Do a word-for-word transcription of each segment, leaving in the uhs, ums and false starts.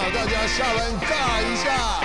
大家下班尬一下。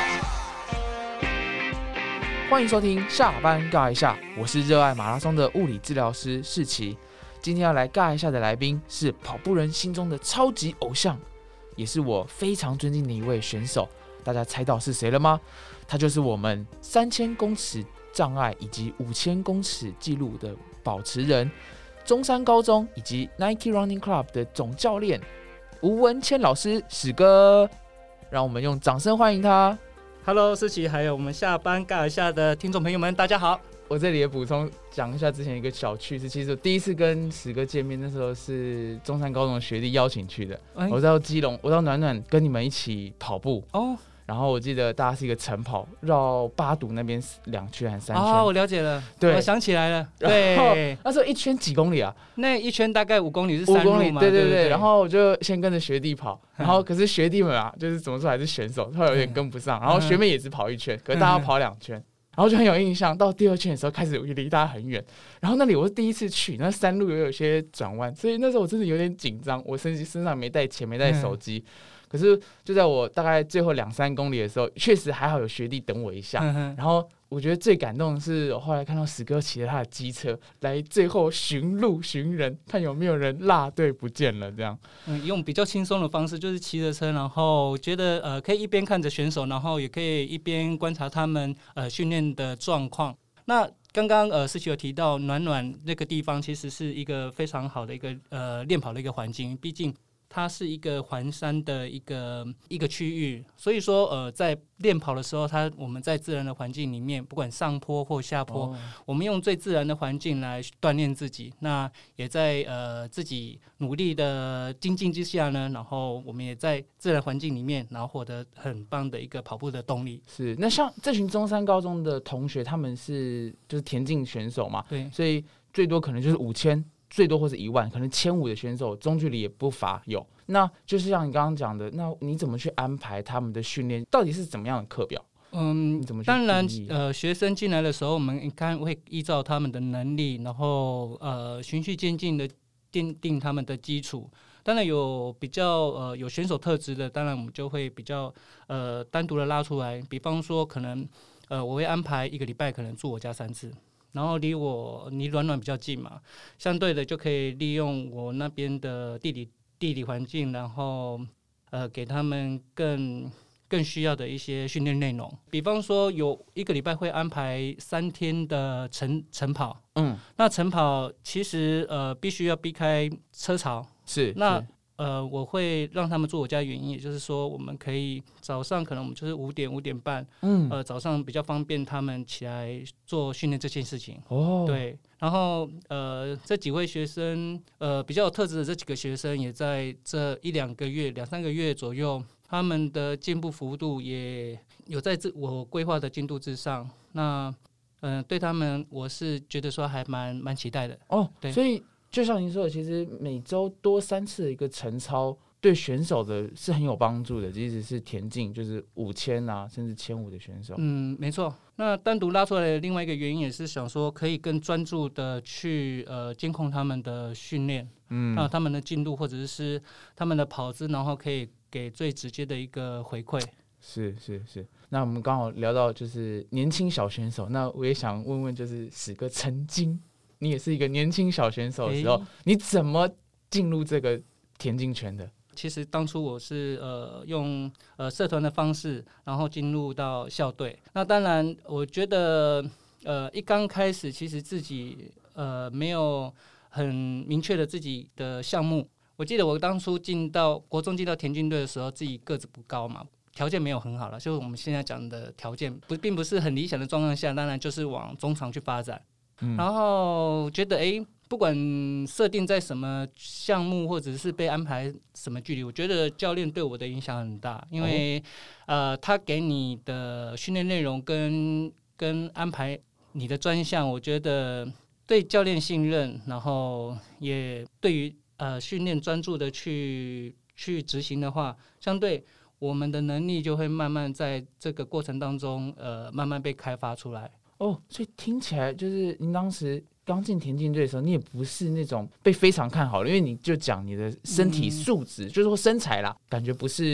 欢迎收听下班尬一下，我是热爱马拉松的物理治疗师世奇。今天要来尬一下的来宾是跑步人心中的超级偶像，也是我非常尊敬的一位选手。大家猜到是谁了吗？他就是我们三千公尺障碍以及五千公尺纪录的保持人，中山高中以及 Nike Running Club 的总教练吴文谦老师，史哥。让我们用掌声欢迎他。 Hello， 思琪，还有我们下班尬一下的听众朋友们，大家好。 我这里也补充讲一下之前一个小趣事，其实我第一次跟史哥见面，那时候是中山高中的学弟邀请去的。欸、我到基隆，我到暖暖跟你们一起跑步哦。然后我记得大家是一个晨跑，绕八堵那边两圈还是三圈？ 哦，我了解了，对，我想起来了。对， 那时候一圈几公里啊？ 那一圈大概五公里是山路嘛？五公里， 对对 对, 对。然后我就先跟着学弟跑，然后可是学弟们啊，就是怎么说还是选手，他有点跟不上。然后学妹也只跑一圈，可是大家跑两圈。然后就很有印象，到第二圈的时候开始离大家很远，然后那里我是第一次去，那山路也有些转弯，所以那时候我真的有点紧张，我身身上没带钱，没带手机。嗯，可是就在我大概最后两三公里的时候，确实还好有学弟等我一下。嗯，然后我觉得最感动的是，我后来看到史哥骑着他的机车来最后寻路寻人，看有没有人落队不见了这样。 嗯，用比较轻松的方式，就是骑着车，然后觉得呃可以一边看着选手，然后也可以一边观察他们呃训练的状况。那刚刚呃思琪有提到暖暖那个地方，其实是一个非常好的一个呃练跑的一个环境，毕竟它是一个环山的一个一个区域，所以说呃在练跑的时候，它我们在自然的环境里面，不管上坡或下坡，哦，我们用最自然的环境来锻炼自己。那也在呃自己努力的精进之下呢，然后我们也在自然环境里面，然后获得很棒的一个跑步的动力。 是，那像这群中山高中的同学，他们是就是田径选手嘛，对，所以最多可能就是五千。最多或是一万，可能千五的选手中距离也不乏有。那就是像你刚刚讲的，那你怎么去安排他们的训练？到底是怎么样的课表？ 嗯，你怎么去当然，呃，学生进来的时候，我们应该会依照他们的能力，然后呃循序渐进的奠定他们的基础。当然有比较呃有选手特质的，当然我们就会比较呃单独的拉出来。比方说，可能呃我会安排一个礼拜可能住我家三次。然后离我离暖暖比较近嘛，相对的就可以利用我那边的地理地理环境，然后呃给他们更更需要的一些训练内容。比方说有一个礼拜会安排三天的晨晨跑，嗯，那晨跑其实呃必须要避开车潮， 是那。 是呃，我会让他们住我家的原因，也就是说，我们可以早上可能我们就是五点五点半，嗯，呃，早上比较方便他们起来做训练这件事情。哦，对，然后呃，这几位学生，呃，比较有特质的这几个学生，也在这一两个月、两三个月左右，他们的进步幅度也有在这我规划的进度之上。那嗯、呃，对他们，我是觉得说还蛮蛮期待的。 哦，对，所以。就像您说的，其实每周多三次的一个晨操，对选手的是很有帮助的。即使是田径，就是五千啊，甚至千五的选手。 嗯，没错。那单独拉出来的另外一个原因，也是想说可以更专注的去呃监控他们的训练，嗯，那他们的进度或者是他们的跑姿，然后可以给最直接的一个回馈。 是是是。那我们刚好聊到就是年轻小选手，那我也想问问，就是史哥曾经。你也是一个年轻小选手的时候，欸、你怎么进入这个田径圈的？ 其实当初我是呃用呃社团的方式，然后进入到校队。那当然，我觉得呃一刚开始，其实自己呃没有很明确的自己的项目。我记得我当初进到国中进到田径队的时候，自己个子不高嘛。条件没有很好了，就是我们现在讲的条件不并不是很理想的状况下，当然就是往中长去发展。然后觉得哎，不管设定在什么项目，或者是被安排什么距离，我觉得教练对我的影响很大，因为、哦、呃，他给你的训练内容跟跟安排你的专项，我觉得对教练信任，然后也对于呃训练专注的去去执行的话，相对我们的能力就会慢慢在这个过程当中呃慢慢被开发出来。 哦，所以听起来就是您当时刚进田径队的时候，你也不是那种被非常看好的，因为你就讲你的身体素质，嗯、就是说身材啦，感觉不是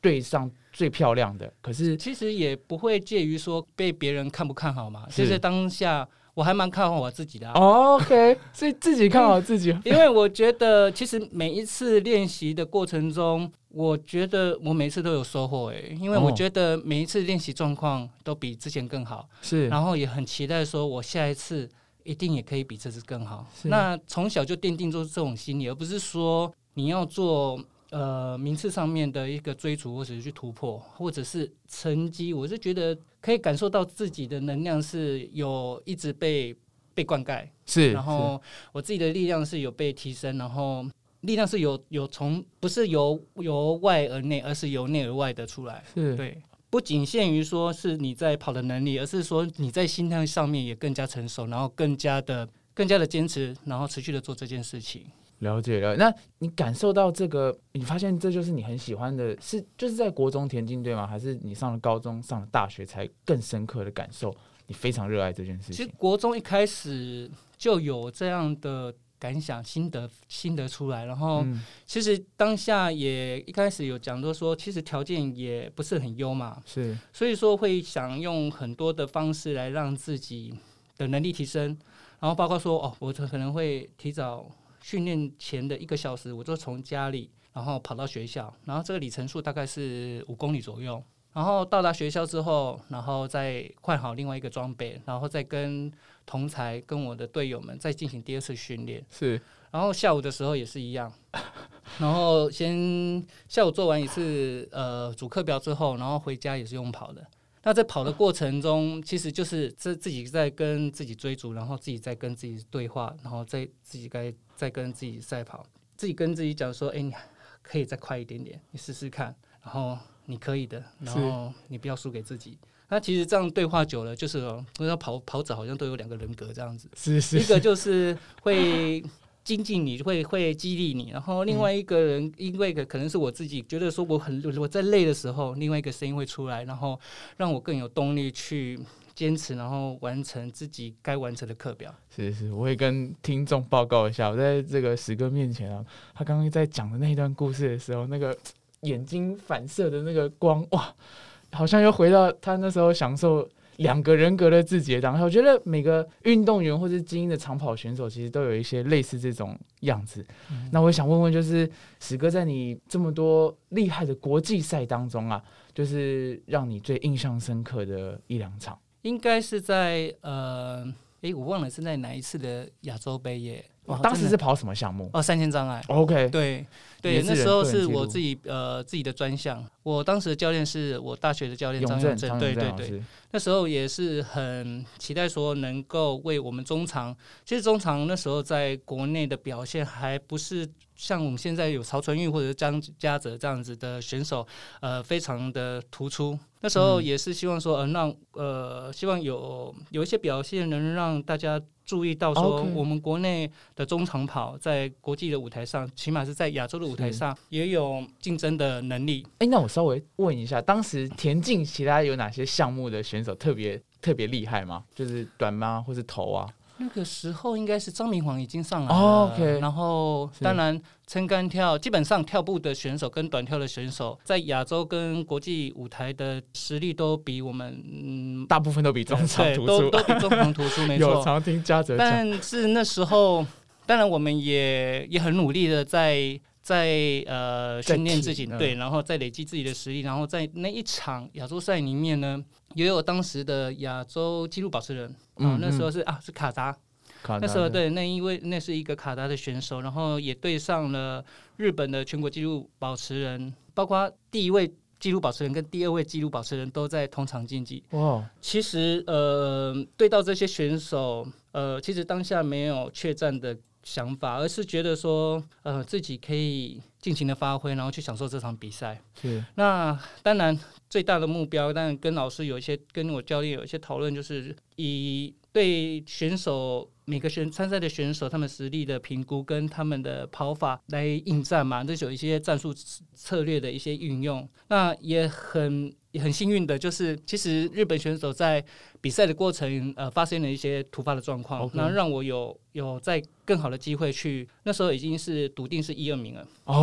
队上最漂亮的，可是其实也不会介于说被别人看不看好嘛，就是当下我还蛮看好我自己的、啊哦、OK， 所以自己看好自己因为我觉得其实每一次练习的过程中，我觉得我每一次都有收获诶，因为我觉得每一次练习状况都比之前更好，是，然后也很期待说我下一次一定也可以比这次更好。那从小就奠定出这种心理，而不是说你要做呃名次上面的一个追逐，或者是去突破，或者是成绩。我是觉得可以感受到自己的能量是有一直被被灌溉，是，然后我自己的力量是有被提升，然后力量是有有从不是由由外而内，而是由内而外的出来，是，对。不仅限于说是你在跑的能力，而是说你在心态上面也更加成熟，然后更加的更加的坚持，然后持续的做这件事情。 了解了，那你感受到这个，你发现这就是你很喜欢的，是就是在国中田径队吗？还是你上了高中、上了大学才更深刻的感受你非常热爱这件事情？ 其实国中一开始就有这样的感想、心得、心得出来，然后其实当下也一开始有讲到说，其实条件也不是很优嘛，是，所以说会想用很多的方式来让自己的能力提升，然后包括说哦，我可能会提早训练前的一个小时，我就从家里然后跑到学校，然后这个里程数大概是五公里左右。然后到达学校之后，然后再换好另外一个装备，然后再跟同才、跟我的队友们再进行第二次训练。是，然后下午的时候也是一样，然后先下午做完一次呃主课表之后，然后回家也是用跑的。那在跑的过程中，其实就是自自己在跟自己追逐，然后自己在跟自己对话，然后再自己该再跟自己赛跑，自己跟自己讲说：“哎，你可以再快一点点，你试试看。”然后你可以的，然后你不要输给自己。那其实这样对话久了，就是哦，跑跑者好像都有两个人格这样子，是是是，一个就是会精进你，会会激励你，然后另外一个人，因为可能是我自己觉得说我很我在累的时候，另外一个声音会出来，然后让我更有动力去坚持，然后完成自己该完成的课表。 是是，我会跟听众报告一下，我在这个史哥面前啊，他刚刚在讲的那一段故事的时候，那个眼睛反射的那个光，哇，好像又回到他那时候享受两个人格的自己的当下。我觉得每个运动员或是精英的长跑选手，其实都有一些类似这种样子。嗯、那我想问问，就是史哥在你这么多厉害的国际赛当中啊，就是让你最印象深刻的一两场， 应该是在呃，哎，我忘了是在哪一次的亚洲杯耶。 哦、当时是跑什么项目？ 哦，三千障碍。 OK， 对对，那时候是我自己呃自己的专项。我当时的教练是我大学的教练张永正，对对对。那时候也是很期待说能够为我们中长，其实中长那时候在国内的表现还不是像我们现在有曹纯玉或者张家泽这样子的选手，呃，非常的突出。那时候也是希望说，呃，让呃，希望有有一些表现能让大家注意到说，我们国内的中长跑在国际的舞台上，起码是在亚洲的舞台上也有竞争的能力。 哎，那我稍微问一下，当时田径其他有哪些项目的选手特别特别厉害吗？就是短吗，或是头啊？ 那个时候应该是张明煌已经上来了，哦 okay、然后当然撑杆跳，基本上跳步的选手跟短跳的选手，在亚洲跟国际舞台的实力都比我们、嗯、 大部分都比中长突出， 都都比中长突出，没错。 有常听嘉泽讲， 但是那时候，当然我们也也很努力的在。在呃训练自己，对，然后再累积自己的实力，然后在那一场亚洲赛里面呢，也有当时的亚洲纪录保持人，嗯，那时候是啊是卡达，卡达那时候对，那因为那是一个卡达的选手，然后也对上了日本的全国纪录保持人，包括第一位纪录保持人跟第二位纪录保持人都在同场竞技。哇，其实呃对到这些选手，呃其实当下没有确战的想法，而是觉得说，呃，自己可以尽情的发挥，然后去享受这场比赛。是。那当然，最大的目标，当然跟老师有一些，跟我教练有一些讨论，就是以对选手每个选参赛的选手他们实力的评估跟他们的跑法来应战嘛，这有一些战术策略的一些运用。那也很。也很幸运的就是，其实日本选手在比赛的过程，呃，发生了一些突发的状况， okay. 那让我有有在更好的机会去，那时候已经是笃定是一二名了。哦，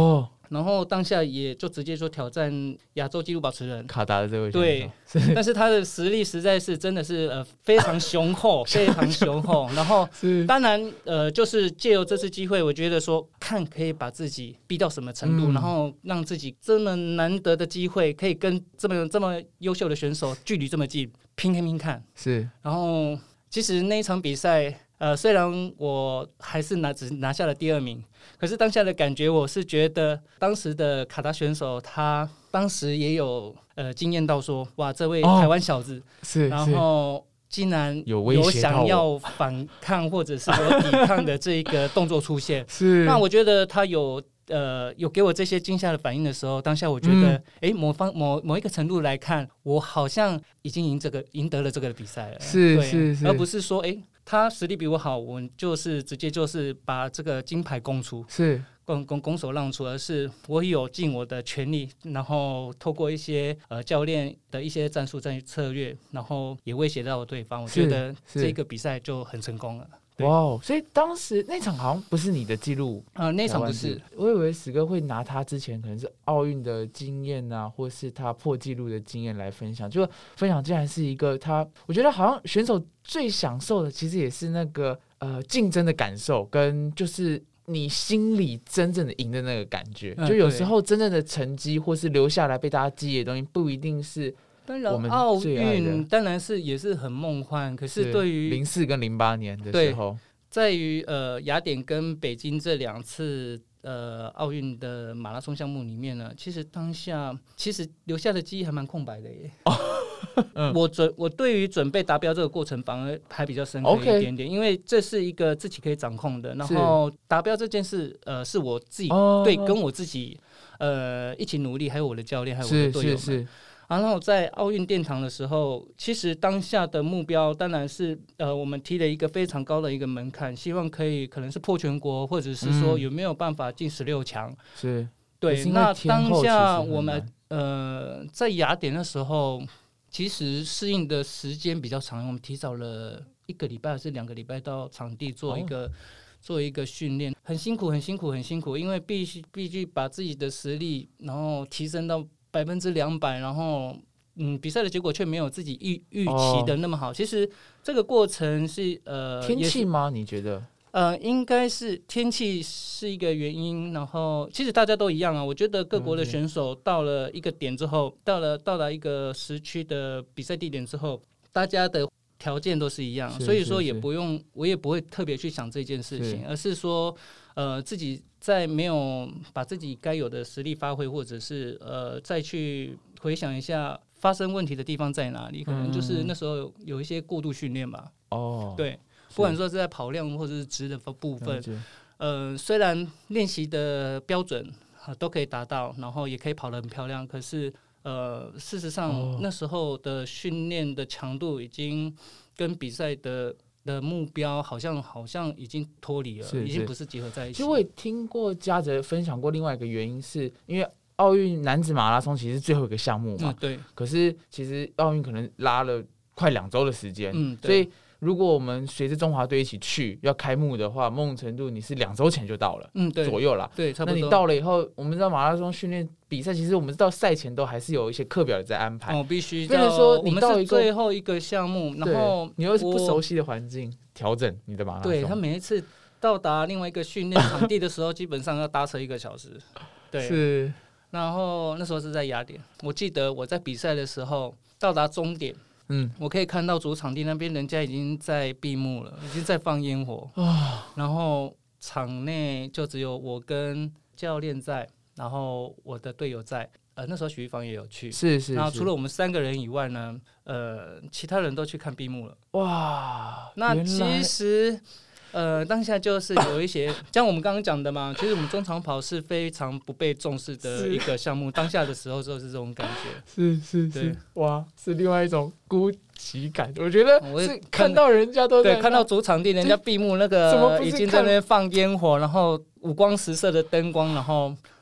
然后当下也就直接说挑战亚洲纪录保持人卡达的这位选手， 对，是但是他的实力实在是真的是呃非常雄厚，非常雄厚。然后当然呃就是借由这次机会，我觉得说看可以把自己逼到什么程度，嗯、然后让自己这么难得的机会，可以跟这么这么优秀的选手距离这么近，拼拼拼看。 是， 然后其实那一场比赛。呃，虽然我还是拿只拿下了第二名，可是当下的感觉，我是觉得当时的卡达选手，他当时也有呃惊艳到说，哇，这位台湾小子，哦、 是， 然后竟然有有想要反抗或者是有抵抗的这一个动作出现， 是， 那我觉得他有。呃，有给我这些惊吓的反应的时候，当下我觉得，哎、嗯，某方某某一个程度来看，我好像已经赢这个赢得了这个比赛了， 是是是， 而不是说，哎，他实力比我好，我就是直接就是把这个金牌攻出， 是拱拱拱手让出，而是我有尽我的全力，然后透过一些呃教练的一些战术战策略，然后也威胁到对方，我觉得这个比赛就很成功了。 哇、wow, 所以当时那场好像不是你的记录啊、呃，那场不是。 我以为史哥会拿他之前可能是奥运的经验啊，或是他破纪录的经验来分享。就分享竟然是一个他，我觉得好像选手最享受的，其实也是那个呃竞争的感受，跟就是你心里真正的赢的那个感觉。嗯、就有时候真正的成绩或是留下来被大家记忆的东西，不一定是。 当然，奥运当然是也是很梦幻，可是对于零四跟零八年的时候， 在于呃雅典跟北京这两次呃奥运的马拉松项目里面呢，其实当下其实留下的记忆还蛮空白的耶。哦嗯、我准我对于准备达标这个过程反而还比较深刻一点点， okay. 因为这是一个自己可以掌控的，然后达标这件事呃是我自己、哦、对跟我自己呃一起努力，还有我的教练，还有我的队友们。是是是，然后在奥运殿堂的时候，其实当下的目标当然是呃，我们提了一个非常高的一个门槛，希望可以可能是破全国，或者是说有没有办法进十六强。 是， 对。那当下我们呃在雅典的时候，其实适应的时间比较长，我们提早了一个礼拜还是两个礼拜到场地做一个、哦、做一个训练，很辛苦，很辛苦，很辛苦，因为必须必须把自己的实力然后提升到百分之两百，然后嗯，比赛的结果却没有自己预预期的那么好。哦、其实这个过程是呃天气吗？你觉得？ 呃，应该是天气是一个原因，然后其实大家都一样啊。我觉得各国的选手到了一个点之后，到了到了一个时区的比赛地点之后，大家的条件都是一样，所以说也不用，我也不会特别去想这件事情，而是说，呃，自己在没有把自己该有的实力发挥，或者是呃再去回想一下发生问题的地方在哪里，可能就是那时候有一些过度训练吧。哦，对。不管说是在跑量或者是值的部分，呃，虽然练习的标准、呃、都可以达到，然后也可以跑得很漂亮，可是呃，事实上、哦、那时候的训练的强度已经跟比赛的的目标好像好像已经脱离了，已经不是结合在一起。 其实我也听过嘉泽分享过另外一个原因，是因为奥运男子马拉松其实是最后一个项目嘛、 嗯，对。 可是其实奥运可能拉了快两周的时间， 嗯， 所以。如果我们随着中华队一起去要开幕的话，某种程度你是两周前就到了， 嗯，对， 左右啦， 对，差不多。 那你到了以后，我们知道马拉松训练比赛，其实我们到赛前都还是有一些课表在安排。 哦，必须。 变成说你到一个最后一个项目，然后你又是不熟悉的环境，调整你的马拉松。 对，他每一次到达另外一个训练场地的时候，基本上要搭车一个小时。对， 是。 然后那时候是在雅典，我记得我在比赛的时候到达终点。嗯，我可以看到主场地那边人家已经在闭幕了，已经在放烟火、哦、然后场内就只有我跟教练在，然后我的队友在，呃，那时候许玉芳也有去， 是 是, 是。 然后除了我们三个人以外呢，呃，其他人都去看闭幕了。 哇， 那其实。呃，当下就是有一些像我们刚刚讲的嘛，其实我们中长跑是非常不被重视的一个项目，当下的时候就是这种感觉， 是是是，哇，是另外一种孤寂感。我觉得是看到人家都在对看到主场地人家闭幕那个已经在那边放烟火，然后五光十色的灯光，然后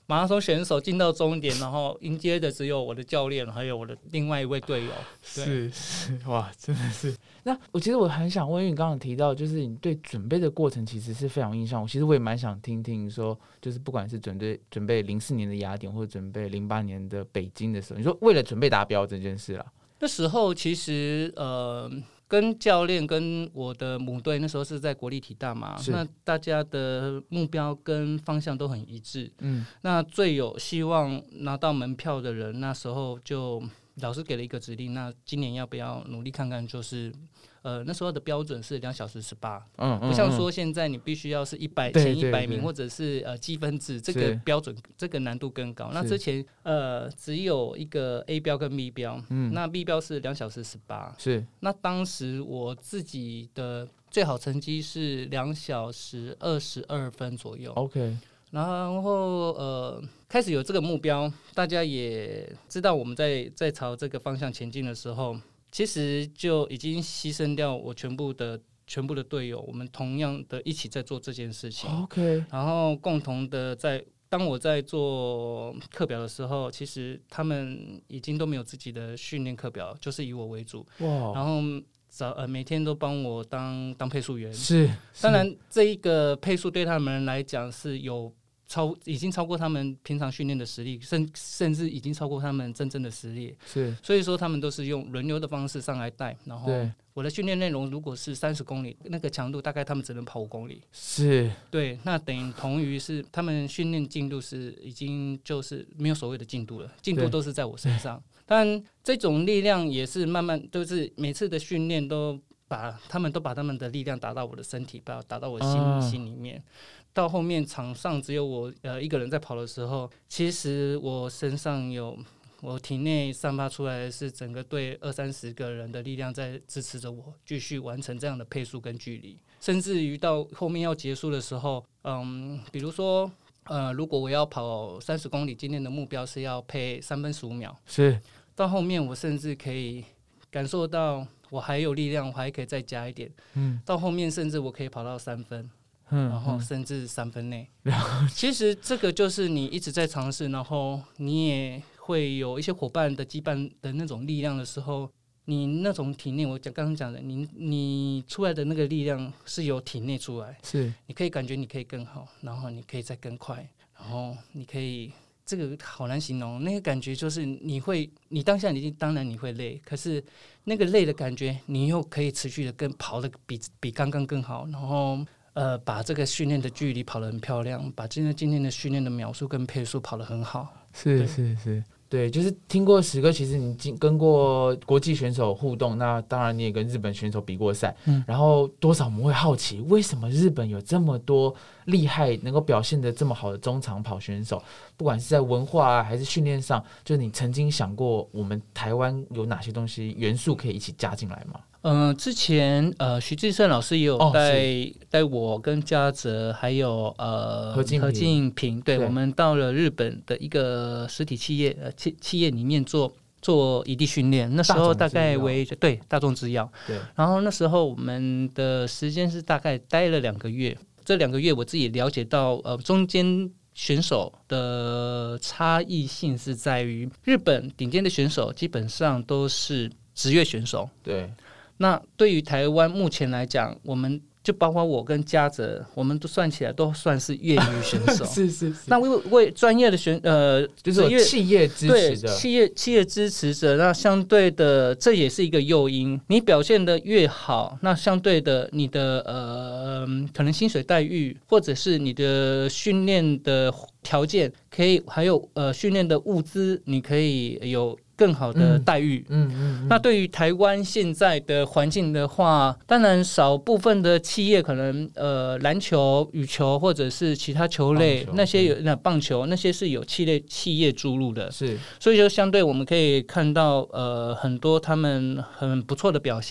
马拉松选手进到终点，然后迎接的只有我的教练，还有我的另外一位队友。 是是，哇，真的是。那我其实我很想问，因为你刚刚提到，就是你对准备的过程其实是非常有印象。我其实我也蛮想听听说，就是不管是准备准备零四年的雅典，或者准备零八年的北京的时候，你说为了准备达标这件事啦， 那时候其实呃。跟教练跟我的母队那时候是在国立体大嘛，那大家的目标跟方向都很一致。嗯，那最有希望拿到门票的人，那时候就老师给了一个指令，那今年要不要努力看看？就是呃那时候的标准是两小时十八，嗯，不像说现在你必须要是一百前一百名，或者是呃积分制，这个标准这个难度更高。那之前呃只有一个 A 标跟 B 标，嗯，那 B 标是两小时十八，是。那当时我自己的最好成绩是两小时二十二分左右。OK。然后呃，开始有这个目标，大家也知道我们在在朝这个方向前进的时候，其实就已经牺牲掉我全部的全部的队友，我们同样的一起在做这件事情。OK， 然后共同的在当我在做课表的时候，其实他们已经都没有自己的训练课表，就是以我为主。哇，然后。早呃每天都帮我当当配速员，是，当然这一个配速对他们来讲是有超已经超过他们平常训练的实力，甚甚至已经超过他们真正的实力，是，所以说他们都是用轮流的方式上来带，然后我的训练内容如果是三十公里，那个强度大概他们只能跑五公里，是，对，那等同于是他们训练进度是已经就是没有所谓的进度了，进度都是在我身上。当然，这种力量也是慢慢，就是每次的训练都把他们都把他们的力量打到我的身体，把打到我心、哦、心里面。到后面场上只有我呃一个人在跑的时候，其实我身上有我体内散发出来的是整个队二三十个人的力量在支持着我继续完成这样的配速跟距离，甚至于到后面要结束的时候，嗯，比如说。呃，如果我要跑三十公里，今天的目标是要配三分十五秒。是，到后面我甚至可以感受到我还有力量，我还可以再加一点。嗯，到后面甚至我可以跑到三分，嗯，然后甚至三分内。嗯、其实这个就是你一直在尝试，然后你也会有一些伙伴的羁绊的那种力量的时候。你那种体内，我讲刚刚讲的，你你出来的那个力量是由体内出来，是你可以感觉你可以更好，然后你可以再更快，然后你可以这个好难形容，那个感觉就是你会，你当下你当然你会累，可是那个累的感觉，你又可以持续的跟跑的比比刚刚更好，然后呃把这个训练的距离跑得很漂亮，把今天今天的训练的秒数跟配速跑得很好，是是是。对，就是听过史哥，其实你跟过国际选手互动，那当然你也跟日本选手比过赛，嗯，然后多少我们会好奇，为什么日本有这么多厉害、能够表现得这么好的中长跑选手？不管是在文化啊，还是训练上，就是你曾经想过，我们台湾有哪些东西元素可以一起加进来吗？嗯、呃，之前呃，徐志胜老师也有带带、哦、我跟嘉泽还有呃何敬平，对，对我们到了日本的一个实体企业呃企企业里面做做异地训练，那时候大概为对大众制药，对，然后那时候我们的时间是大概待了两个月，这两个月我自己了解到呃中间。选手的差异性是在于，日本顶尖的选手基本上都是职业选手。对，那对于台湾目前来讲，我们就包括我跟嘉泽，我们都算起来都算是业余选手。是是是。那为为专业的选呃，就是有企业支持的，对企业企业支持者，那相对的这也是一个诱因。你表现的越好，那相对的你的呃可能薪水待遇，或者是你的训练的条件，可以还有呃训练的物资，你可以有。更好的待遇，嗯嗯嗯嗯、那对于台湾现在的环境的话，当然少部分的企业可能呃篮球、羽球或者是其他球类，那些有那棒球那些是有企业企业注入的，是，所以就相对我们可以看到呃很多他们很不错的表现。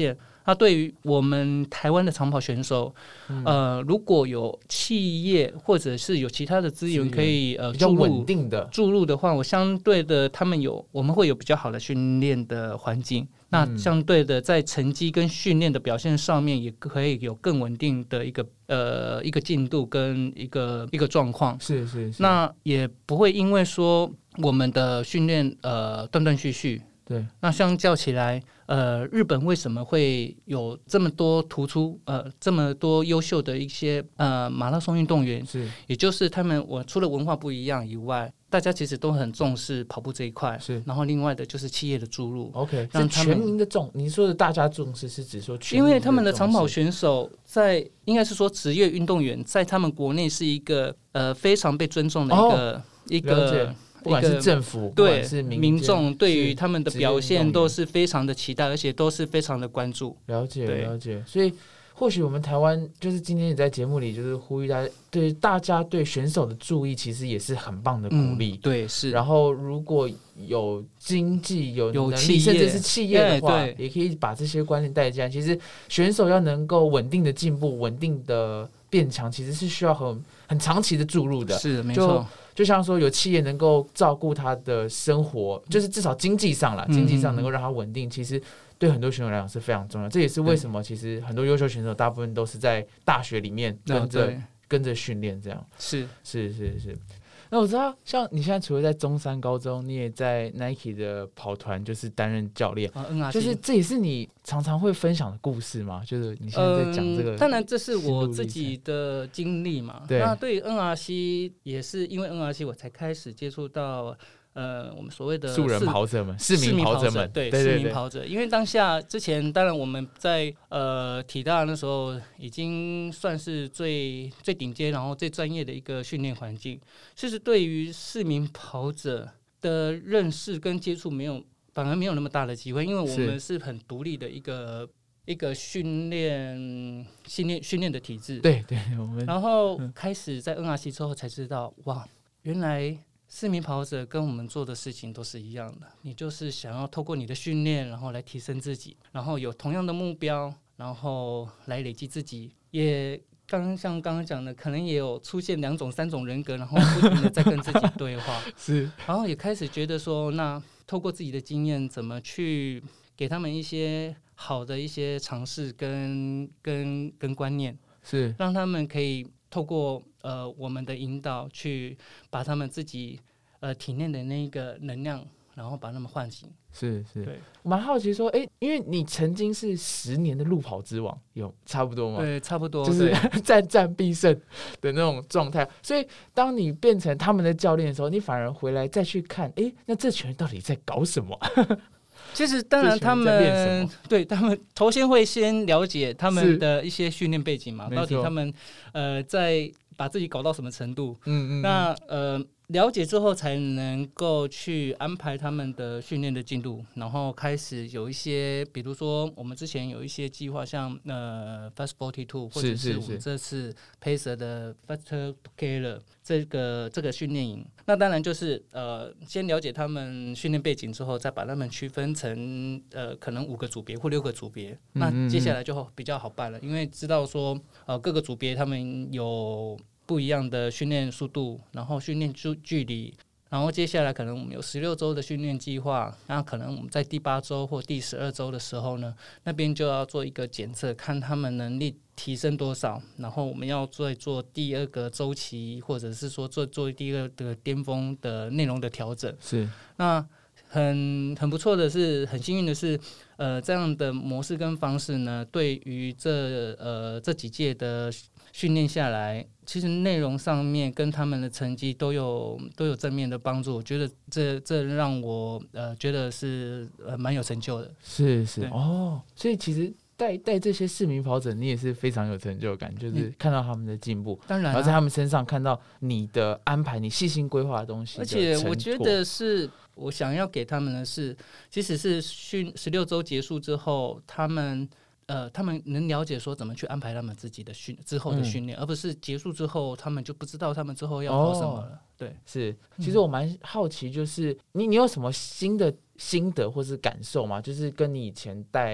那对于我们台湾的长跑选手，嗯、呃，如果有企业或者是有其他的资源可以呃比较稳定的注入的话，我相对的他们有我们会有比较好的训练的环境。那相对的，在成绩跟训练的表现上面，也可以有更稳定的一个呃一个进度跟一个一个状况。 是是是。 那也不会因为说我们的训练呃断断续续。 对。 那相较起来，呃，日本为什么会有这么多突出呃这么多优秀的一些呃马拉松运动员？ 是， 也就是他们我除了文化不一样以外。大家其实都很重视跑步这一块， 是。 然后另外的就是企业的注入 ，OK， 让他们全民的重。你说的大家重视是指说全民的重视， 因为他们的长跑选手在应该是说职业运动员在他们国内是一个呃非常被尊重的一个、哦、一个。 不管是政府， 对， 是民众对于他们的表现都是非常的期待，而且都是非常的关注。 了解，了解。所以或许我们台湾就是今天也在节目里就是呼吁大家，对大家对选手的注意，其实也是很棒的鼓励。 嗯、对，是。 然后如果有经济、有能力，甚至是企业的话，也可以把这些观念带进来。其实选手要能够稳定的进步、稳定的变强，其实是需要很很长期的注入的。 是，没错。 就像说有企业能够照顾他的生活，就是至少经济上啦，经济上能够让他稳定，其实对很多选手来讲是非常重要。这也是为什么其实很多优秀选手大部分都是在大学里面跟着、哦、跟着训练，这样是是是是。那我知道，像你现在除了在中山高中，你也在 Nike 的跑团，就是担任教练、 啊嗯、 就是这也是你常常会分享的故事吗？就是你现在在讲这个、 嗯，当然这是我自己的经历嘛。 对， 那对于 N R C 也是因为 N R C 我才开始接触到。呃，我们所谓的素人跑者们、市民跑者们， 对，市民跑者，因为当下之前，当然我们在呃体大那时候已经算是最最顶尖，然后最专业的一个训练环境。其实对于市民跑者的认识跟接触，没有反而没有那么大的机会，因为我们是很独立的一个一个训练训练训练的体制。 对对，我们然后开始在 N R C 之后才知道，哇，原来。市民跑者跟我们做的事情都是一样的，你就是想要透过你的训练，然后来提升自己，然后有同样的目标，然后来累积自己。也刚刚像刚刚讲的，可能也有出现两种、三种人格，然后不停的在跟自己对话。 是， 然后也开始觉得说，那透过自己的经验，怎么去给他们一些好的一些尝试跟跟跟观念， 是让他们可以。透过呃我们的引导，去把他们自己呃体内的那个能量，然后把他们唤醒。 是是， 对， 我蛮好奇说，哎、欸，因为你曾经是十年的路跑之王，有差不多吗？ 对，差不多， 就是战战必胜的那种状态。所以，当你变成他们的教练的时候，你反而回来再去看，哎、欸，那这群人到底在搞什么？ 其实当然他们对他们头先会先了解他们的一些训练背景嘛，到底他们呃在把自己搞到什么程度， 嗯嗯， 那呃了解之后才能够去安排他们的训练的进度，然后开始有一些比如说我们之前有一些计划，像呃 Fast forty two 或者是我们这次 Pacer 的 Faster Together 这个这个训练营，那当然就是呃先了解他们训练背景之后，再把他们区分成呃可能五个组别或六个组别， 嗯嗯嗯， 那接下来就比较好办了，因为知道说呃各个组别他们有不一样的训练速度，然后训练距离，然后接下来可能我们有十六周的训练计划，那可能我们在第八周或第十二周的时候呢，那边就要做一个检测，看他们能力提升多少，然后我们要再做第二个周期，或者是说做做第二个巅峰的内容的调整。 是， 那很很不错的是，很幸运的是，呃，这样的模式跟方式呢，对于这呃这几届的训练下来，其实内容上面跟他们的成绩都有都有正面的帮助。我觉得这这让我呃觉得是呃蛮有成就的。 是是哦，所以其实带带这些市民跑者，你也是非常有成就感，就是看到他们的进步， 当然、啊， 然后在他们身上看到你的安排，你细心规划的东西的。 而且我觉得是我想要给他们的是，即使是训十六周结束之后，他们。呃，他们能了解说怎么去安排他们自己的训之后的训练、嗯，而不是结束之后他们就不知道他们之后要跑什么了。哦、对， 是。其实我蛮好奇，就是、嗯、你你有什么新的心得或是感受吗？就是跟你以前带不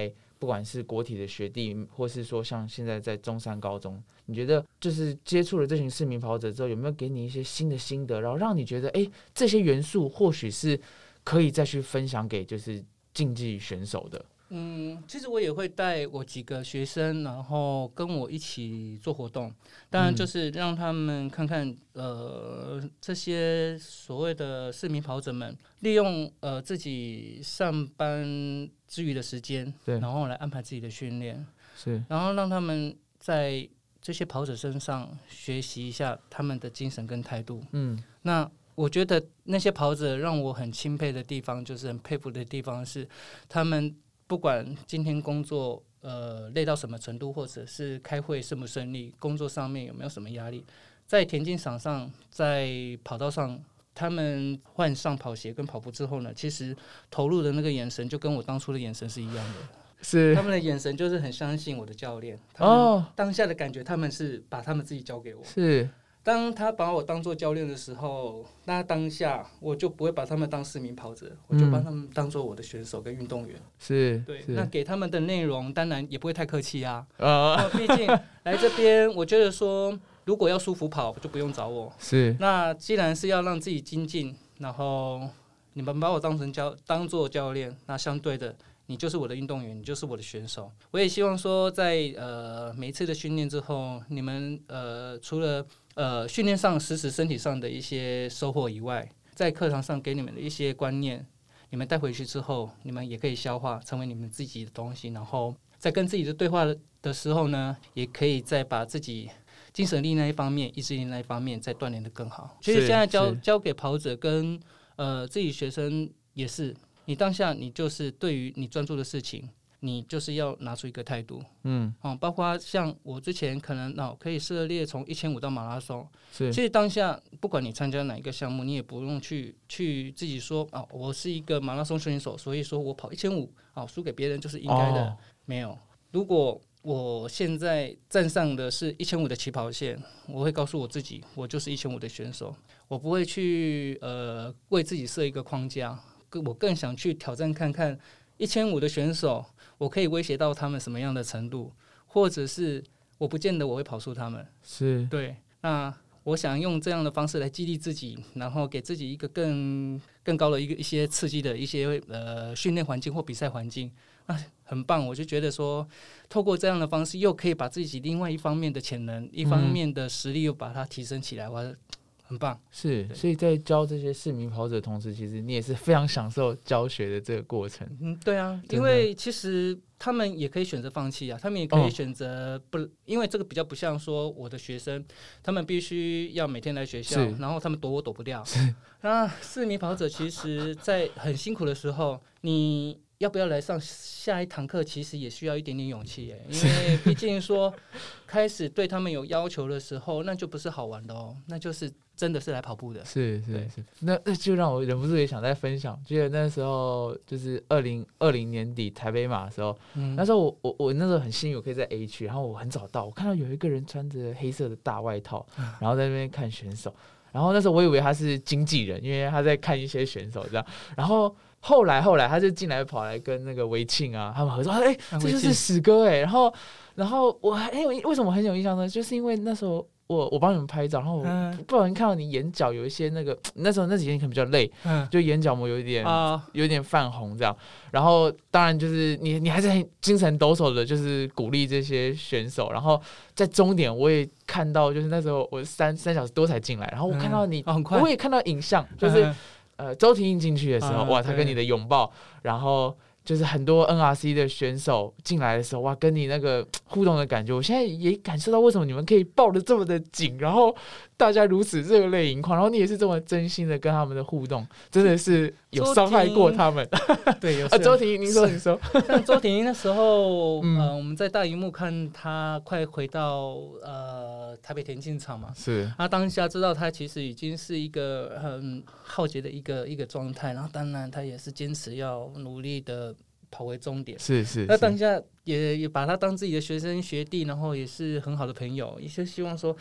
不管是国体的学弟，或是说像现在在中山高中，你觉得就是接触了这群市民跑者之后，有没有给你一些新的心得，然后让你觉得哎，这些元素或许是可以再去分享给就是竞技选手的？ 嗯，其实我也会带我几个学生，然后跟我一起做活动。当然，就是让他们看看，呃，这些所谓的市民跑者们，利用呃自己上班之余的时间，然后来安排自己的训练， 是， 然后让他们在这些跑者身上学习一下他们的精神跟态度。嗯，那我觉得那些跑者让我很钦佩的地方，就是很佩服的地方是，他们不管今天工作呃累到什么程度，或者是开会顺不顺利，工作上面有没有什么压力，在田径场上，在跑道上，他们换上跑鞋跟跑步之后呢，其实投入的那个眼神就跟我当初的眼神是一样的。 是， 他们的眼神就是很相信我的教练，他们当下的感觉，他们是把他们自己交给我。 是。 当他把我当做教练的时候，那当下我就不会把他们当市民跑者，我就把他们当做我的选手跟运动员。 是， 对。那给他们的内容当然也不会太客气啊。 啊， 毕竟来这边，我觉得说，如果要舒服跑，就不用找我。 是。 那既然是要让自己精进，然后你们把我当成教当做教练，那相对的，你就是我的运动员，你就是我的选手。我也希望说在，在呃每一次的训练之后，你们呃除了呃，训练上实时身体上的一些收获以外，在课堂上给你们的一些观念，你们带回去之后，你们也可以消化，成为你们自己的东西。然后在跟自己的对话的时候呢，也可以再把自己精神力那一方面、意志力那一方面再锻炼得更好。其实现在教教给跑者跟呃自己学生也是，你当下你就是对于你专注的事情，你就是要拿出一个态度，嗯，哦，包括像我之前可能哦可以涉猎从一千五到马拉松， 是， 其实当下不管你参加哪一个项目，你也不用去去自己说啊，我是一个马拉松选手，所以说我跑一千五，啊，输给别人就是应该的，哦，没有。如果我现在站上的是一千五的起跑线，我会告诉我自己，我就是一千五的选手，我不会去呃为自己设一个框架，我更想去挑战看看一千五的选手。我可以威胁到他们什么样的程度，或者是我不见得我会跑输他们， 是对。那我想用这样的方式来激励自己，然后给自己一个更更高的一个一些刺激的一些呃训练环境或比赛环境，那很棒。我就觉得说，透过这样的方式，又可以把自己另外一方面的潜能、一方面的实力又把它提升起来，我。很棒， 是，所以在教这些市民跑者的同时，其实你也是非常享受教学的这个过程。 嗯，对啊，因为其实他们也可以选择放弃啊，他们也可以选择不，哦，因为这个比较不像说我的学生，他们必须要每天来学校，然后他们躲我躲不掉。那市民跑者其实，在很辛苦的时候，你要不要来上下一堂课，其实也需要一点点勇气耶，因为毕竟说开始对他们有要求的时候，那就不是好玩的哦，那就是真的是来跑步的。 是是是，那那就让我忍不住也想再分享。记得那时候就是二零二零年底台北马的时候，嗯，那时候我我我那时候很幸运，我可以在 A 区，然后我很早到，我看到有一个人穿着黑色的大外套，然后在那边看选手。然后那时候我以为他是经纪人，因为他在看一些选手这样。然后后来后来他就进来跑来跟那个维庆啊他们合作，哎，欸，这就是史哥哎。然后然后我哎，欸，为什么很有印象呢？就是因为那时候。我我帮你们拍照，然后我不小心看到你眼角有一些那个，那时候那几天可能比较累，嗯，就眼角膜有一点、uh, 有点泛红这样。然后当然就是你你还是很精神抖擞的，就是鼓励这些选手。然后在终点我也看到，就是那时候我三三小时多才进来，然后我看到你，嗯哦，我也看到影像，就是、嗯、呃周婷颖进去的时候，嗯，哇，他跟你的拥抱，然后。就是很多 N R C 的选手进来的时候，哇，跟你那个互动的感觉，我现在也感受到为什么你们可以抱得这么的紧，然后大家如此热泪盈眶，然后你也是这么真心的跟他们的互动，真的是有伤害过他们。 对，有啊，周婷，您说，您说， 像周婷那时候，嗯、呃，我们在大荧幕看他快回到呃台北田径场嘛， 是， 他当下知道他其实已经是一个很浩劫的一个一个状态，然后当然他也是坚持要努力的。跑回终点， 是 是, 是， 那当下也也把他当自己的学生学弟，然后也是很好的朋友，也是希望说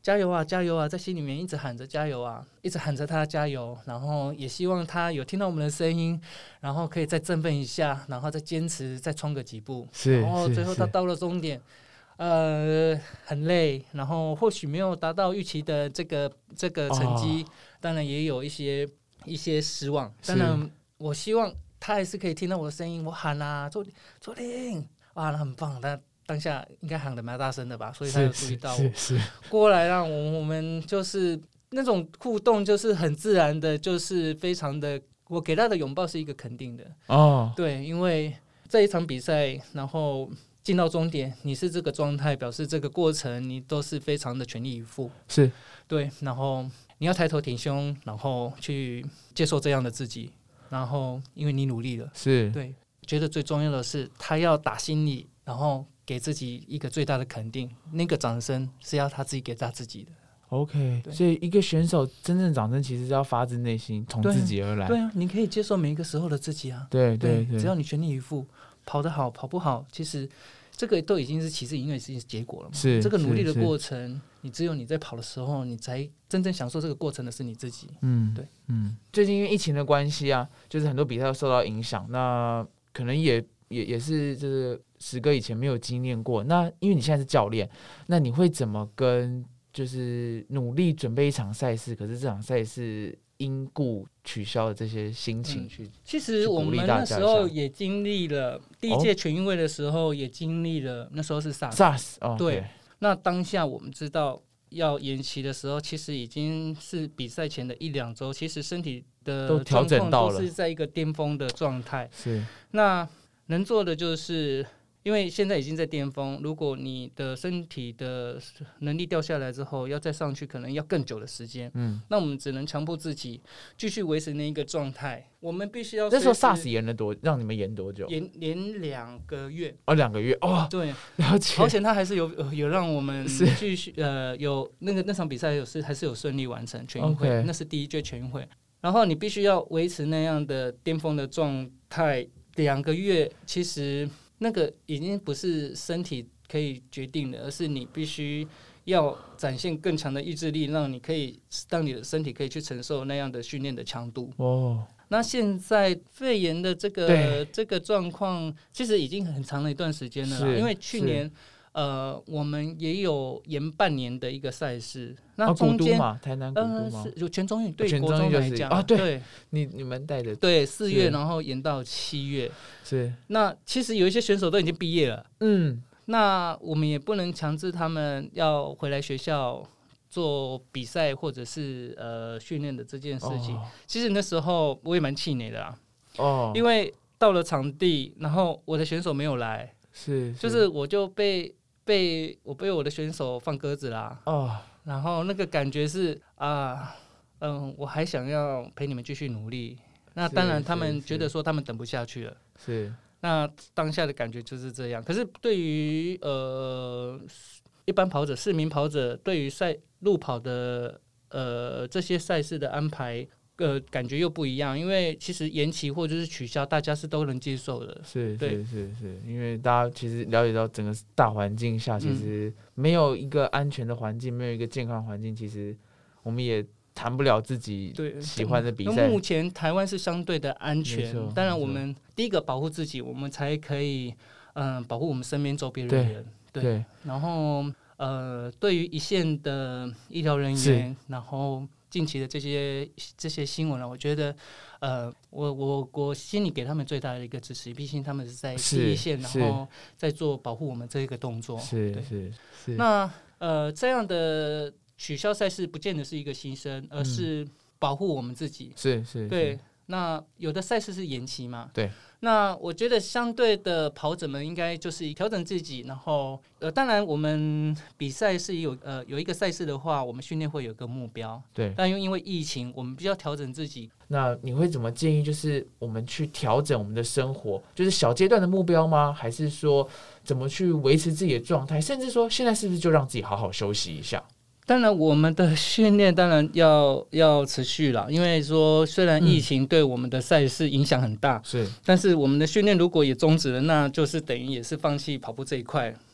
加油啊，加油啊，在心里面一直喊着加油啊，一直喊着他加油，然后也希望他有听到我们的声音，然后可以再振奋一下，然后再坚持，再冲个几步， 是， 然后最后他到了终点，呃，很累，然后或许没有达到预期的这个这个成绩，哦、当然也有一些一些失望。当然，我希望他还是可以听到我的声音，我喊啊，左左麟，哇，那很棒，他。当下应该喊得蛮大声的吧，所以他有注意到我过来，让我我们就是那种互动，就是很自然的，就是非常的，我给他的拥抱是一个肯定的哦，对，因为这一场比赛，然后进到终点，你是这个状态，表示这个过程你都是非常的全力以赴， 是对，然后你要抬头挺胸，然后去接受这样的自己，然后因为你努力了， 是对， 觉得最重要的是他要打心里，然后。给自己一个最大的肯定，那个掌声是要他自己给他自己的。 OK， 所以一个选手真正的掌声其实是要发自内心，从自己而来。 对啊，你可以接受每一个时候的自己啊。 对对 对, 对， 只要你全力以赴，跑得好，跑不好，其实这个都已经是其实因为是结果了嘛。 是这个努力的过程，你只有你在跑的时候，你才真正享受这个过程的是你自己。 嗯， 对， 嗯。最近因为疫情的关系啊，就是很多比赛都受到影响，那可能也也也是就是。时隔以前没有经验过，那因为你现在是教练，那你会怎么跟就是努力准备一场赛事，可是这场赛事因故取消的这些心情去、嗯、 其实我们那时候也经历了第一届全运会的时候也经历了、哦、那时候是 SARS SARS、哦、 对、 okay. 那当下我们知道要延期的时候，其实已经是比赛前的一两周，其实身体的都调整到了， 都是在一个巅峰的状态， 是那能做的就是因为现在已经在巅峰，如果你的身体的能力掉下来之后，要再上去可能要更久的时间。嗯，那我们只能强迫自己继续维持那一个状态。我们必须要那时候 SARS 延了多，让你们延多久？ 延延两个月。 哦，两个月哦， 对， 了解。 而且他还是有有让我们继续呃有那个那场比赛有是还是有顺利完成全运会， okay. 那是第一届全运会。然后你必须要维持那样的巅峰的状态两个月，其实。那个已经不是身体可以决定的，而是你必须要展现更强的意志力，让你可以让你的身体可以去承受那样的训练的强度。哦，那现在肺炎的这个这个状况，其实已经很长了一段时间了啦，因为去年呃我们也有延半年的一个赛事，那中间、 哦、台南古都吗？ 呃、是有全中运，对国中来讲啊，对，对你你们带的对四月，然后延到七月。 是， 那其实有一些选手都已经毕业了，嗯，那我们也不能强制他们要回来学校做比赛或者是呃训练的这件事情。哦、其实那时候我也蛮气馁的啦，哦，因为到了场地，然后我的选手没有来， 是，是就是我就被被我被我的选手放鸽子啦，哦，然后那个感觉是啊，嗯，我还想要陪你们继续努力。那当然，他们觉得说他们等不下去了。 是， 那当下的感觉就是这样。可是对于呃一般跑者、市民跑者，对于赛路跑的呃这些赛事的安排，呃感觉又不一样。因为其实延期或者是取消，大家是都能接受的。 是是是是，因为大家其实了解到整个大环境下，其实没有一个安全的环境，没有一个健康的环境，其实我们也。谈不了自己喜欢的比赛。 目前台湾是相对的安全，当然我们第一个保护自己，我们才可以嗯、呃、保护我们身边周边人员。对，对然后呃，对于一线的医疗人员，然后近期的这些这些新闻呢，我觉得呃，我我我心里给他们最大的一个支持，毕竟他们是在第一线，然后在做保护我们这一个动作。 是是是。 那呃这样的。取消赛事不见得是一个牺牲，而是保护我们自己。 是是， 对。那有的赛事是延期嘛？ 对。 那我觉得相对的跑者们应该就是调整自己，然后呃，当然我们比赛是有呃有一个赛事的话，我们训练会有一个目标。 对。 但因为疫情，我们必须要调整自己。 那你会怎么建议？就是我们去调整我们的生活，就是小阶段的目标吗？还是说怎么去维持自己的状态？甚至说现在是不是就让自己好好休息一下？ 当然，我们的训练当然要要持续了，因为说虽然疫情对我们的赛事影响很大， 是、嗯， 但是我们的训练如果也终止了，那就是等于也是放弃跑步这一块。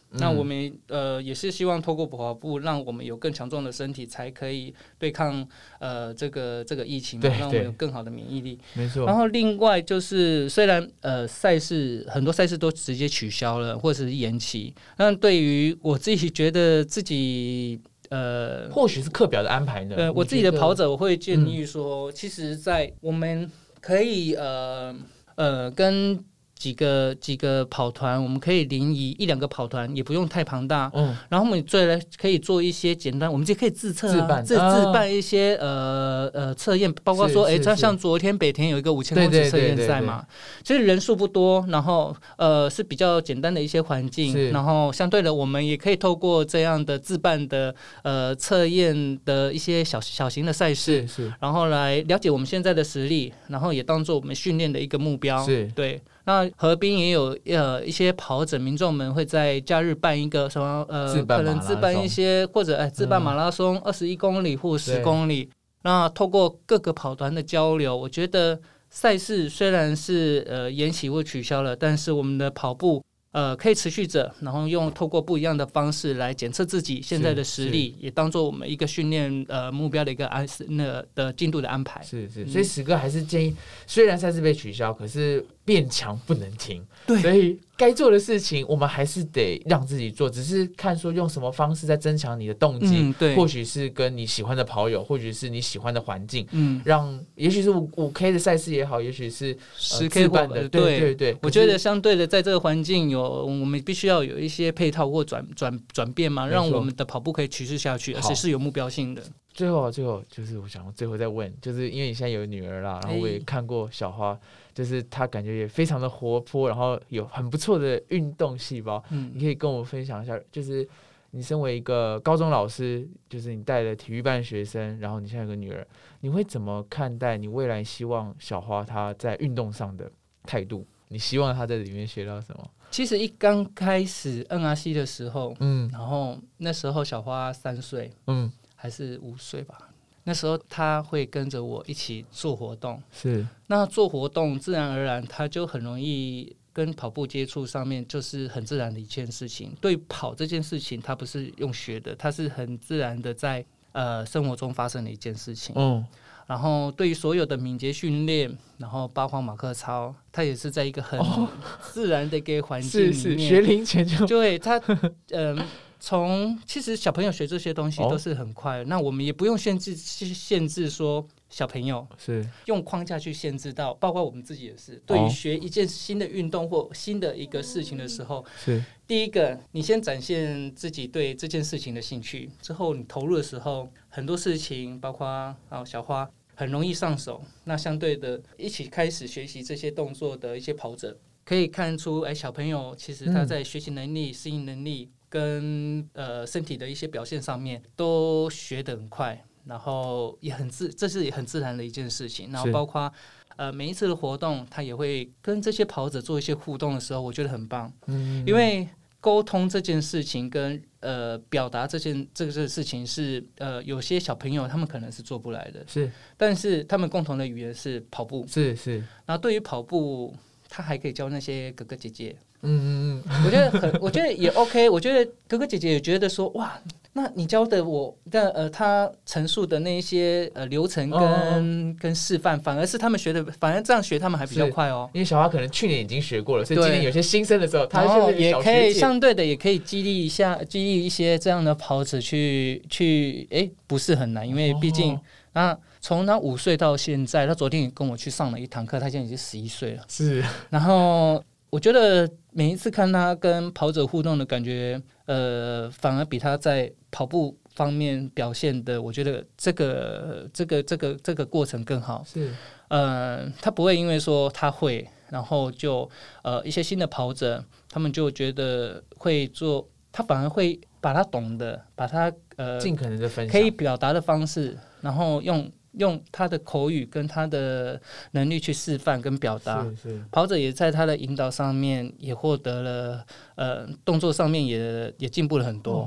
嗯、那我们呃也是希望透过跑步，让我们有更强壮的身体，才可以对抗呃这个这个疫情，让我们有更好的免疫力。 没错。 然后另外就是，虽然呃赛事很多赛事都直接取消了，或者是延期，但对于我自己觉得自己。呃， 或许是课表的安排呢。 呃，我自己的跑者，我会建议说，嗯、其实，在我们可以呃呃跟几个几个跑团，我们可以联谊一两个跑团，也不用太庞大。嗯，然后我们最来可以做一些简单，我们就可以自测、啊、 自办自自办一些呃呃测验，包括说，哎，像像昨天北田有一个五千公尺测验赛嘛，其实人数不多，然后呃是比较简单的一些环境，然后相对的，我们也可以透过这样的自办的呃测验的一些小小型的赛事，是然后来了解我们现在的实力，然后也当做我们训练的一个目标。是，对。那河滨也有呃一些跑者民众们会在假日办一个什么呃可能自办一些或者哎自办马拉松二十一公里或十公里，那透过各个跑团的交流，我觉得赛事虽然是呃延期或取消了，但是我们的跑步呃可以持续着，然后用透过不一样的方式来检测自己现在的实力，也当做我们一个训练呃目标的一个安那的进度的安排。 是是，所以史哥还是建议，虽然赛事被取消，可是变强不能停。对，所以该做的事情我们还是得让自己做，只是看说用什么方式在增强你的动机。嗯、对，或许是跟你喜欢的跑友，或许是你喜欢的环境，嗯，让也许是五 K 的赛事也好，也许是十 K 版的，对对对。 我觉得相对的，在这个环境有我们必须要有一些配套或转转转变嘛，让我们的跑步可以持续下去，而且是有目标性的。 最后，最后就是我想最后再问，就是因为你现在有女儿啦，然后我也看过小花。就是他感觉也非常的活泼，然后有很不错的运动细胞。嗯，你可以跟我分享一下，就是你身为一个高中老师，就是你带了体育班学生，然后你现在有个女儿，你会怎么看待你未来希望小花她在运动上的态度？你希望她在里面学到什么？ 其实一刚开始 N R C 的时候，嗯，然后那时候小花三岁，嗯，还是五岁吧。那时候他会跟着我一起做活动，是那做活动自然而然他就很容易跟跑步接触上面，就是很自然的一件事情。对跑这件事情，他不是用学的，他是很自然的在呃生活中发生的一件事情。嗯，然后对于所有的敏捷训练，然后包括马克操，他也是在一个很自然的一个环境里面， 是是学龄前就对他嗯。呃从其实小朋友学这些东西都是很快的，哦、那我们也不用限制限制说小朋友是用框架去限制到，包括我们自己也是。对于学一件新的运动或新的一个事情的时候，是第一个，你先展现自己对这件事情的兴趣，之后你投入的时候，很多事情包括啊小花很容易上手。那相对的，一起开始学习这些动作的一些跑者，可以看出，哎，小朋友其实他在学习能力、适应能力。跟呃身体的一些表现上面都学得很快，然后也很自，这是也很自然的一件事情。然后包括呃每一次的活动，他也会跟这些跑者做一些互动的时候，我觉得很棒。嗯，因为沟通这件事情跟呃表达这件这个事情是呃有些小朋友他们可能是做不来的，是，但是他们共同的语言是跑步，是是。然后对于跑步，他还可以教那些哥哥姐姐。嗯嗯嗯，我觉得很，我觉得也 OK。我觉得哥哥姐姐也觉得说，哇，那你教的我的呃，他陈述的那一些呃流程跟、哦、跟示范，反而是他们学的，反而这样学他们还比较快哦。 因为小花可能去年已经学过了，所以今年有些新生的时候，他也可以相对的也可以激励一下，激励一些这样的跑者去去，哎，不是很难，因为毕竟啊。哦从他五岁到现在，他昨天也跟我去上了一堂课，他现在已经十一岁了。是，然后我觉得每一次看他跟跑者互动的感觉，呃，反而比他在跑步方面表现的，我觉得这个这个这个这个过程更好。是，呃，他不会因为说他会，然后就呃一些新的跑者，他们就觉得会做，他反而会把他懂的，把他呃尽可能的分享， 可以表达的方式，然后用。用他的口语跟他的能力去示范跟表达，是是跑者也在他的引导上面也获得了呃动作上面也也进步了很多。哦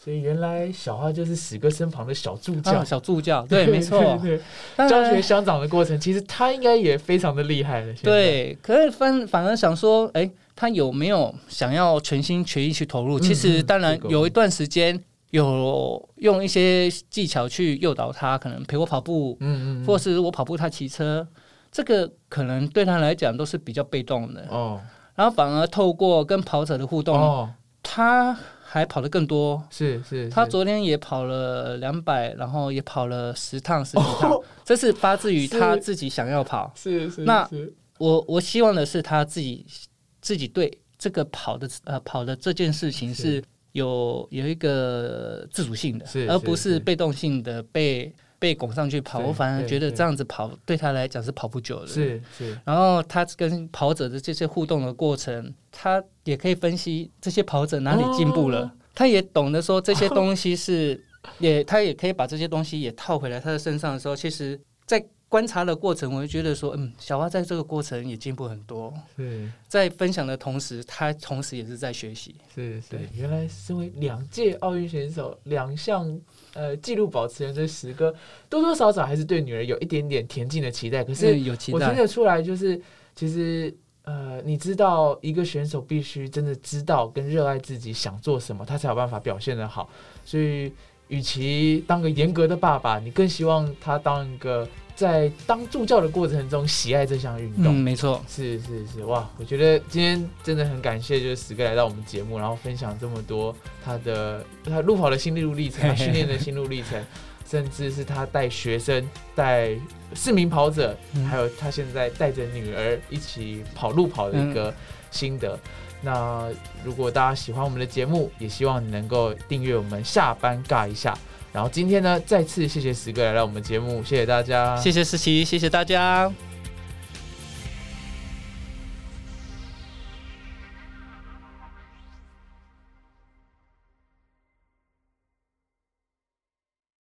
所以原来小花就是史哥身旁的小助教， 啊、小助教，对，没错。 对对对，教学相长的过程，其实他应该也非常的厉害了。 对，可是反反而想说，哎、欸，他有没有想要全心全意去投入？嗯、其实当然有一段时间有用一些技巧去诱导他，可能陪我跑步，嗯嗯，或是我跑步他骑车，这个可能对他来讲都是比较被动的哦。然后反而透过跟跑者的互动，哦、他还跑得更多。 是 是, 是， 他昨天也跑了两百，然后也跑了十趟十几趟，哦、这是发自于他自己想要跑。 是 是, 是， 那我我希望的是他自己自己对这个跑的呃跑的这件事情是有有一个自主性的，而不是被动性的被。被拱上去跑，我反而觉得这样子跑对他来讲是跑不久的。 是是。 然后他跟跑者的这些互动的过程，他也可以分析这些跑者哪里进步了，哦、他也懂得说这些东西是，哦、也他也可以把这些东西也套回来他的身上的时候，其实，在观察的过程，我就觉得说，嗯，小花在这个过程也进步很多。是，在分享的同时，他同时也是在学习。 是是，原来身为两届奥运选手，两项呃纪录保持人的史哥，多多少少还是对女儿有一点点田径的期待。可是有期待， 我听得出来，就是其实呃，你知道一个选手必须真的知道跟热爱自己想做什么，他才有办法表现得好。所以，与其当个严格的爸爸，你更希望他当一个。在当助教的过程中，喜爱这项运动。 嗯，没错， 是是是，哇！我觉得今天真的很感谢，就是史哥来到我们节目，然后分享这么多他的他路跑的心路历程，他训练的心路历程，甚至是他带学生、带市民跑者，嗯、还有他现在带着女儿一起跑路跑的一个心得。嗯、那如果大家喜欢我们的节目，也希望你能够订阅我们下班尬一下。然后今天呢，再次谢谢史哥来到我们节目，谢谢大家， 谢谢思琪，谢谢大家。